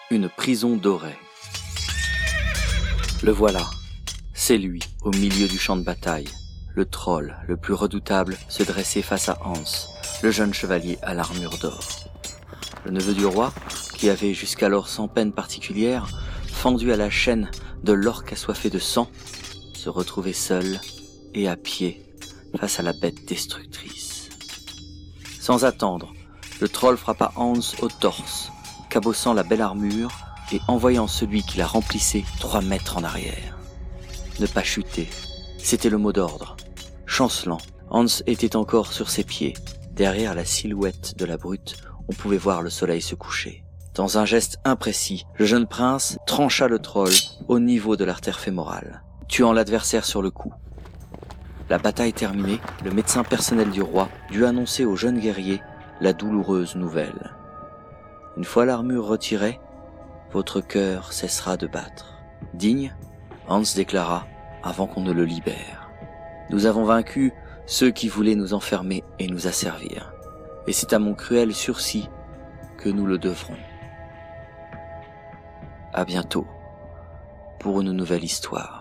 Une prison dorée. Le voilà. C'est lui, au milieu du champ de bataille. Le troll, le plus redoutable, se dressait face à Hans, le jeune chevalier à l'armure d'or. Le neveu du roi, qui avait jusqu'alors sans peine particulière, fendu à la chaîne de l'orc assoiffé de sang, se retrouvait seul et à pied face à la bête destructrice. Sans attendre, le troll frappa Hans au torse, cabossant la belle armure et envoyant celui qui la remplissait 3 mètres en arrière. Ne pas chuter, c'était le mot d'ordre. Chancelant, Hans était encore sur ses pieds. Derrière la silhouette de la brute, on pouvait voir le soleil se coucher. Dans un geste imprécis, le jeune prince trancha le troll au niveau de l'artère fémorale, tuant l'adversaire sur le coup. La bataille terminée, le médecin personnel du roi dut annoncer au jeune guerrier la douloureuse nouvelle. Une fois l'armure retirée, votre cœur cessera de battre. Digne, Hans déclara avant qu'on ne le libère. Nous avons vaincu ceux qui voulaient nous enfermer et nous asservir. Et c'est à mon cruel sursis que nous le devrons. À bientôt pour une nouvelle histoire.